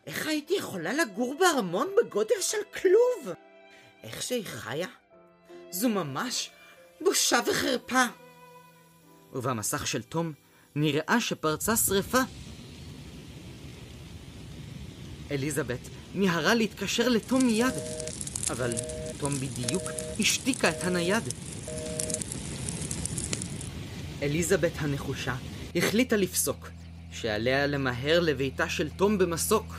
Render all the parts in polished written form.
איך הייתי יכולה לגור בארמון בגודל של כלוב? איך שהיא חיה? זו ממש בושה וחרפה. ובמסך של תום נראה שפרצה שריפה. אליזבת מיהרה להתקשר לתום מיד, אבל תום בדיוק השתיקה את הנייד. אליזבת הנחושה החליטה לפסוק שעליה למהר לביתה של תום במסוק.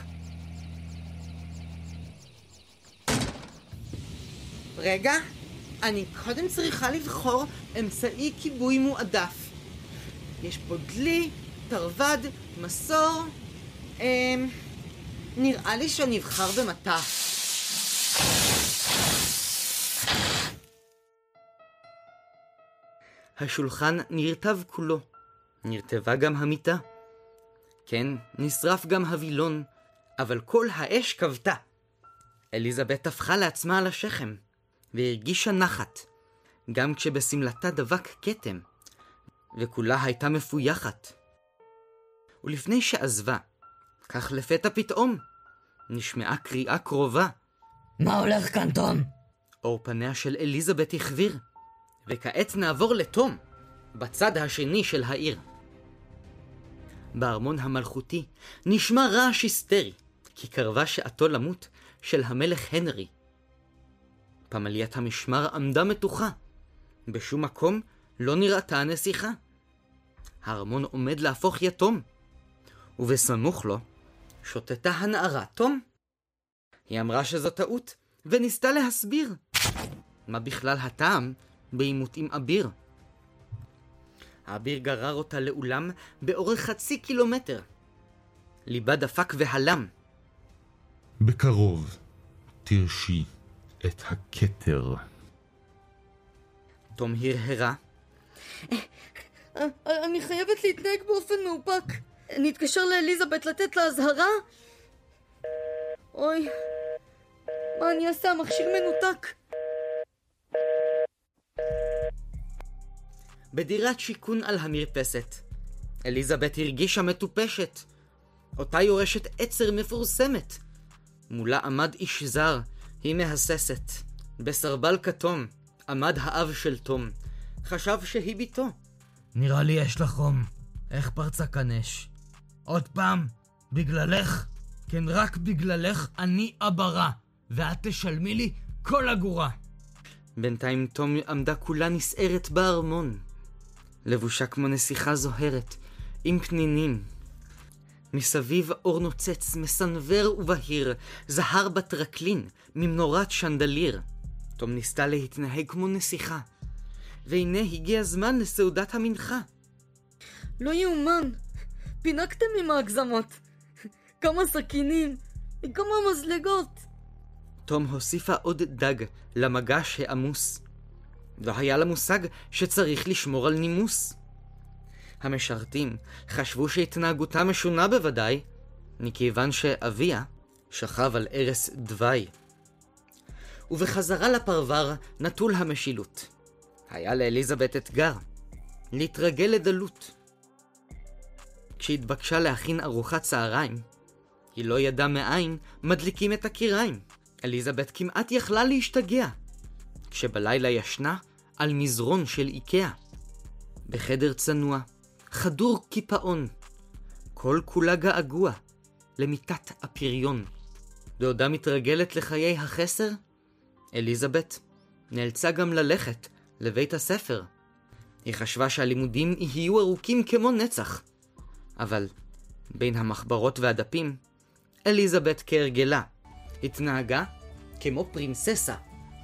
רגע, אני קודם צריכה לבחור אמצעי כיבוי מועדף. יש פה דלי, תרווד, מסור. נראה לי שאני אבחר במטח. השולחן נרטב כולו. נרטבה גם המיטה. כן, נשרף גם הווילון, אבל כל האש כבתה. אליזבת טפחה לעצמה על השכם, והרגישה נחת, גם כשבסמלתה דבק כתם, וכולה הייתה מפויחת. ולפני שעזבה, כך לפתע פתאום, נשמעה קריאה קרובה. מה הולך כאן, תום? אור פניה של אליזבת החביר, וכעת נעבור לתום, בצד השני של העיר. בארמון המלכותי נשמע רעש היסטרי, כי קרבה שעתו למות של המלך הנרי. פמליית המשמר עמדה מתוחה. בשום מקום לא נראתה הנסיכה. הארמון עומד להפוך יתום, ובסמוך לו שוטטה הנערה תום. היא אמרה שזו טעות, וניסתה להסביר מה בכלל הטעם בעימות עם אביר. האביר גרר אותה לאולם באורך 0.5 קילומטר. ליבה דפק והלם. בקרוב תרשי את הכתר. תום הרהרה. אני חייבת להתנהג באופן מאופק. נתקשר לאליזבת לתת לה הזהרה? אוי, מה אני אעשה? המכשיר מנותק. בדירת שיכון על המרפסת, אליזבת הרגישה מטופשת. אותה יורשת עצר מפורסמת. מולה עמד איש זר, היא מהססת. בסרבל כתום עמד האב של תום. חשב שהיא ביתו. נראה לי יש לך חום. איך פרצה כאן אש? עוד פעם? בגללך? כן, רק בגללך אני אברה, ואת תשלמי לי כל אגורה. בינתיים תום עמדה כולה נסערת בארמון, לבושה כמו נסיכה זוהרת, עם פנינים. מסביב אור נוצץ, מסנבר ובהיר, זהר בטרקלין, ממנורת שנדליר. תום ניסתה להתנהג כמו נסיכה, והנה הגיע הזמן לסעודת המנחה. לא יאומן, פינקתם עם ההגזמות. כמה סכינים, כמה מזלגות. תום הוסיפה עוד דג למגש העמוס. לא היה לה מושג שצריך לשמור על נימוס. המשרתים חשבו שהתנהגותה משונה בוודאי, מכיוון שאביה שכב על ערש דווי. ובחזרה לפרבר נטול המשילות. היה לאליזבת אתגר, להתרגל לדלות. כשהתבקשה להכין ארוחת צהריים, היא לא ידעה מאין מדליקים את הקיריים. אליזבת כמעט יכלה להשתגע, כשבלילה ישנה על מזרון של איקאה. בחדר צנוע, חדור קיפאון, כל כולה געגוע למיטת הפריון. בעודה מתרגלת לחיי החסר, אליזבת נאלצה גם ללכת לבית הספר. היא חשבה שהלימודים יהיו ארוכים כמו נצח, אבל בין המחברות והדפים, אליזבת כהרגלה התנהגה כמו פרינססה.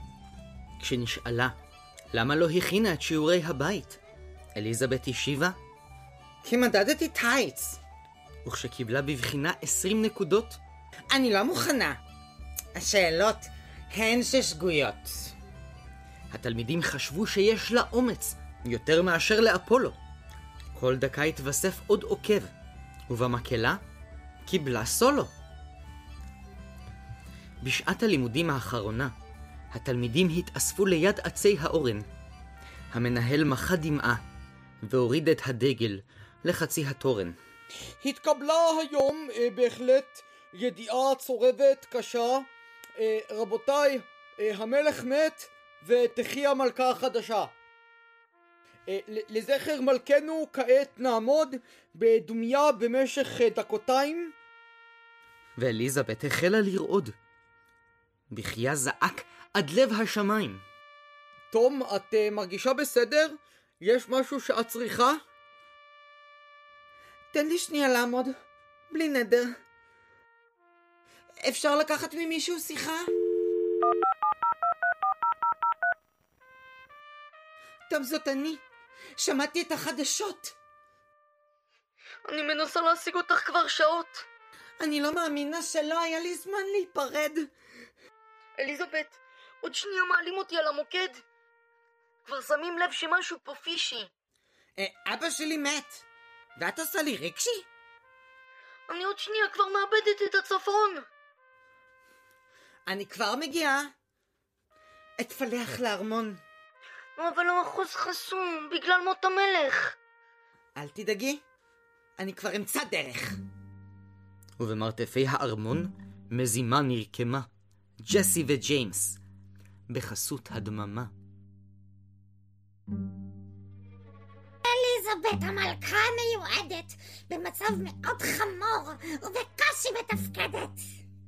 כשנשאלה למה לא הכינה את שיעורי הבית, אליזבת השיבה, כי מדדתי טייץ. וכשקיבלה בבחינה 20 נקודות, אני לא מוכנה. השאלות הן ששגויות. התלמידים חשבו שיש לה אומץ יותר מאשר לאפולו. כל דקה התווסף עוד עוקב, ובמקהלה קיבלה סולו. בשעת הלימודים האחרונה, התלמידים התאספו ליד עצי האורן. המנהל מחה דמעה, והוריד את הדגל לחצי התורן. התקבלה היום בהחלט ידיעה צורבת קשה. רבותיי, המלך מת ותחי המלכה החדשה. לזכר מלכנו כעת נעמוד בדומיה במשך דקותיים. ואליזבת החלה לרעוד. בחייה זעק עד לב השמיים. תום, את מרגישה בסדר? יש משהו שאת צריכה? תן לי שנייה לעמוד, בלי נדר. אפשר לקחת ממישהו שיחה? טוב, זאת אני. שמעתי את החדשות. אני מנסה להשיג אותך כבר שעות. אני לא מאמינה שלא היה לי זמן להיפרד. אליזבת, עוד שנייה מעלים אותי על המוקד. כבר שמים לב שמשהו פה פישי. אבא שלי מת. ואת עושה לי רגשי? אני עוד שנייה כבר מאבדת את הצפון. אני כבר מגיעה. אתפלח לארמון. אבל המחוז חסום בגלל מות המלך. אל תדאגי, אני כבר אמצא דרך. ובמרתפי הארמון מזימה נרקמה, ג'סי וג'יימס, בחסות הדממה. אליזבת המלכה מיועדת, במצב מאוד חמור ובקושי מתפקדת.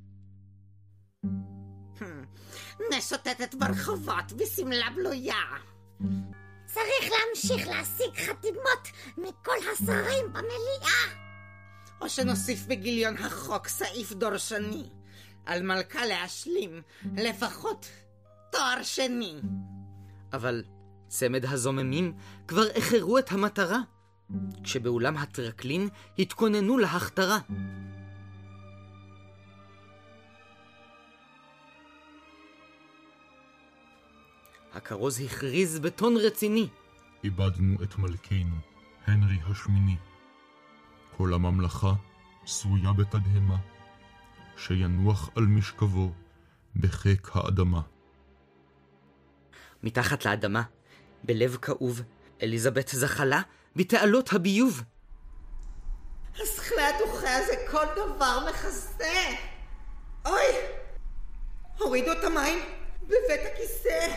משוטטת ברחובות בסמלה בלויה. צריך להמשיך להשיג חתימות מכל השרים במליאה. או שנוסיף בגיליון החוק סעיף דורשני, על מלכה להשלים לפחות תואר שני. אבל צמד הזוממים כבר איחרו את המטרה, כשבאולם הטרקלין התכוננו להכתרה. הכרוז הכריז בטון רציני. איבדנו את מלכנו, הנרי השמיני. כל הממלכה שרויה בתדהמה, שינוח על משכבו בחיק האדמה. מתחת לאדמה, בלב כאוב, אליזבת זחלה בתעלות הביוב. השכלה הדוחה הזה כל דבר מכסה. אוי! הורידו את המים בבית הכיסא.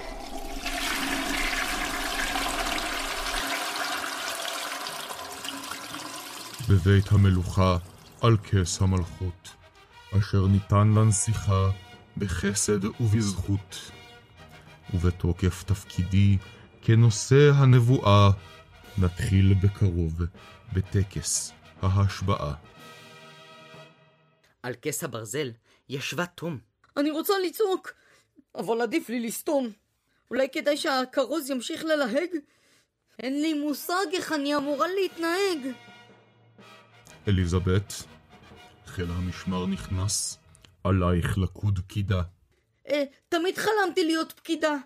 בבית המלוכה על כס המלכות, אשר ניתן לנסיכה בחסד ובזכות. ובתוקף תפקידי כנושא הנבואה, נתחיל בקרוב בטקס ההשבעה. על כס הברזל ישבה תום. אני רוצה לצעוק, אבל עדיף לי לסתום. אולי כדאי שהכרוז ימשיך ללהג? אין לי מושג איך אני אמורה להתנהג. אליזבת, חיל המשמר נכנס, עלייך לקוד פקידה. תמיד חלמתי להיות פקידה.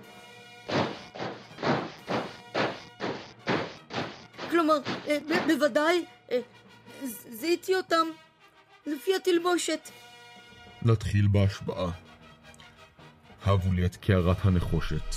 כלומר, בוודאי, זיהיתי אותם לפי התלבושת. נתחיל בהשבעה. הבו לי את קערת הנחושת.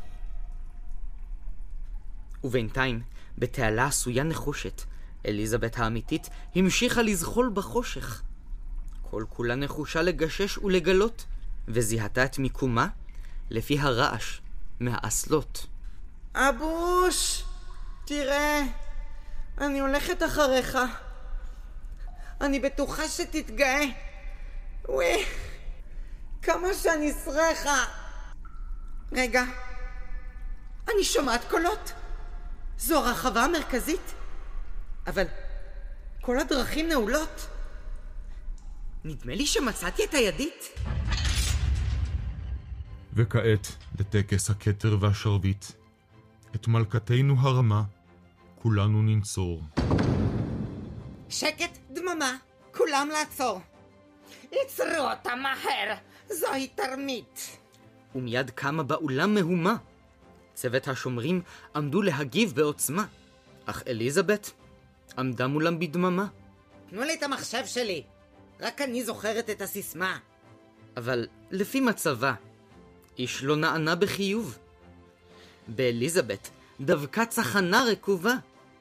ובינתיים, בתעלה עשויה נחושת, אליזבת האמיתית המשיכה לזחול בחושך. כל כולה נחושה לגשש ולגלות, וזיהתה את מיקומה לפי הרעש מהאסלות. אבוש, תראה, אני הולכת אחריך. אני בטוחה שתתגאה. וואי, כמה שאני שרחה. רגע, אני שומעת קולות. זו הרחבה המרכזית, אבל כל הדרכים נעולות. נדמה לי שמצאתי את הידית. וכעת, לטקס הכתר והשרביט, את מלכתנו הרמה, כולנו ננצור. שקט, דממה, כולם לעצור. יצרו אותה מהר, זוהי תרמית. ומיד קמה באולם מהומה. צוות השומרים עמדו להגיב בעוצמה, אך אליזבת עמדה מולם בדממה. תנו לי את המחשב שלי, רק אני זוכרת את הסיסמה. אבל לפי מצבה, איש לא נענה בחיוב. באליזבת דווקא צחנה רקובה,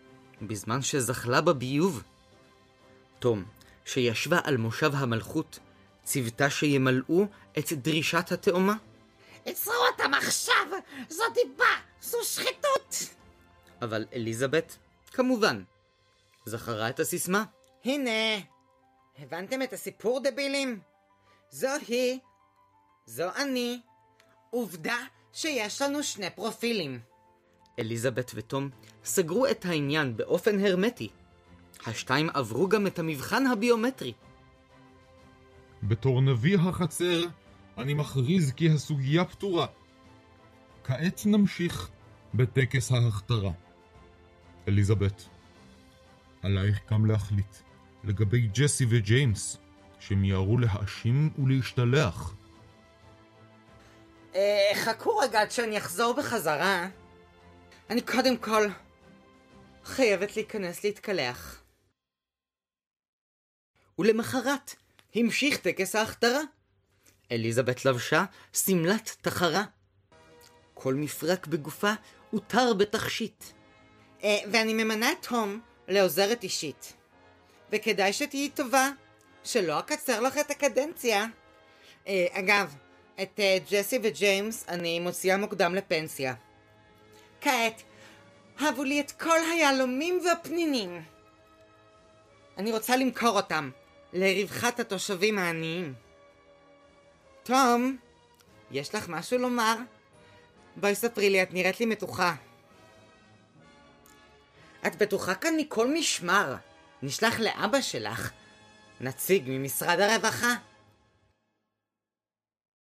בזמן שזחלה בביוב. תום, שישבה על מושב המלכות, ציוותה שימלאו את דרישת התאומה. עצרו אותם עכשיו! זו דיבה! זו שחיתות! אבל אליזבת, כמובן, זכרה את הסיסמה. הנה! הבנתם את הסיפור, דבילים? זו היא, זו אני. עובדה שיש לנו 2 פרופילים. אליזבת ותום סגרו את העניין באופן הרמטי. השתיים עברו גם את המבחן הביומטרי. בתור נביא החצר, אני מכריז כי הסוגיה פתורה. כעת נמשיך בטקס ההכתרה. אליזבת, עלייך גם להחליט לגבי ג'סי וג'יימס, שמיהרו להאשים ולהשתלח. חכו רגע עד שאני אחזור בחזרה. אני קודם כל חייבת להיכנס להתקלח. ולמחרת המשיך טקס ההכתרה. אליזבת לבשה סמלת תחרה. כל מפרק בגופה הותר בתכשיט. ואני ממנה את תום לעוזרת אישית. וכדאי שתהיי טובה, שלא אקצר לך את הקדנציה. אגב, את ג'סי וג'יימס אני מוציאה מוקדם לפנסיה. כעת, הבו לי את כל היהלומים והפנינים. אני רוצה למכור אותם לרווחת התושבים העניים. תום, יש לך משהו לומר? בואי ספרי לי, את נראית לי מתוחה. את בטוחה כאן מכל משמר. נשלח לאבא שלך, נציג ממשרד הרווחה.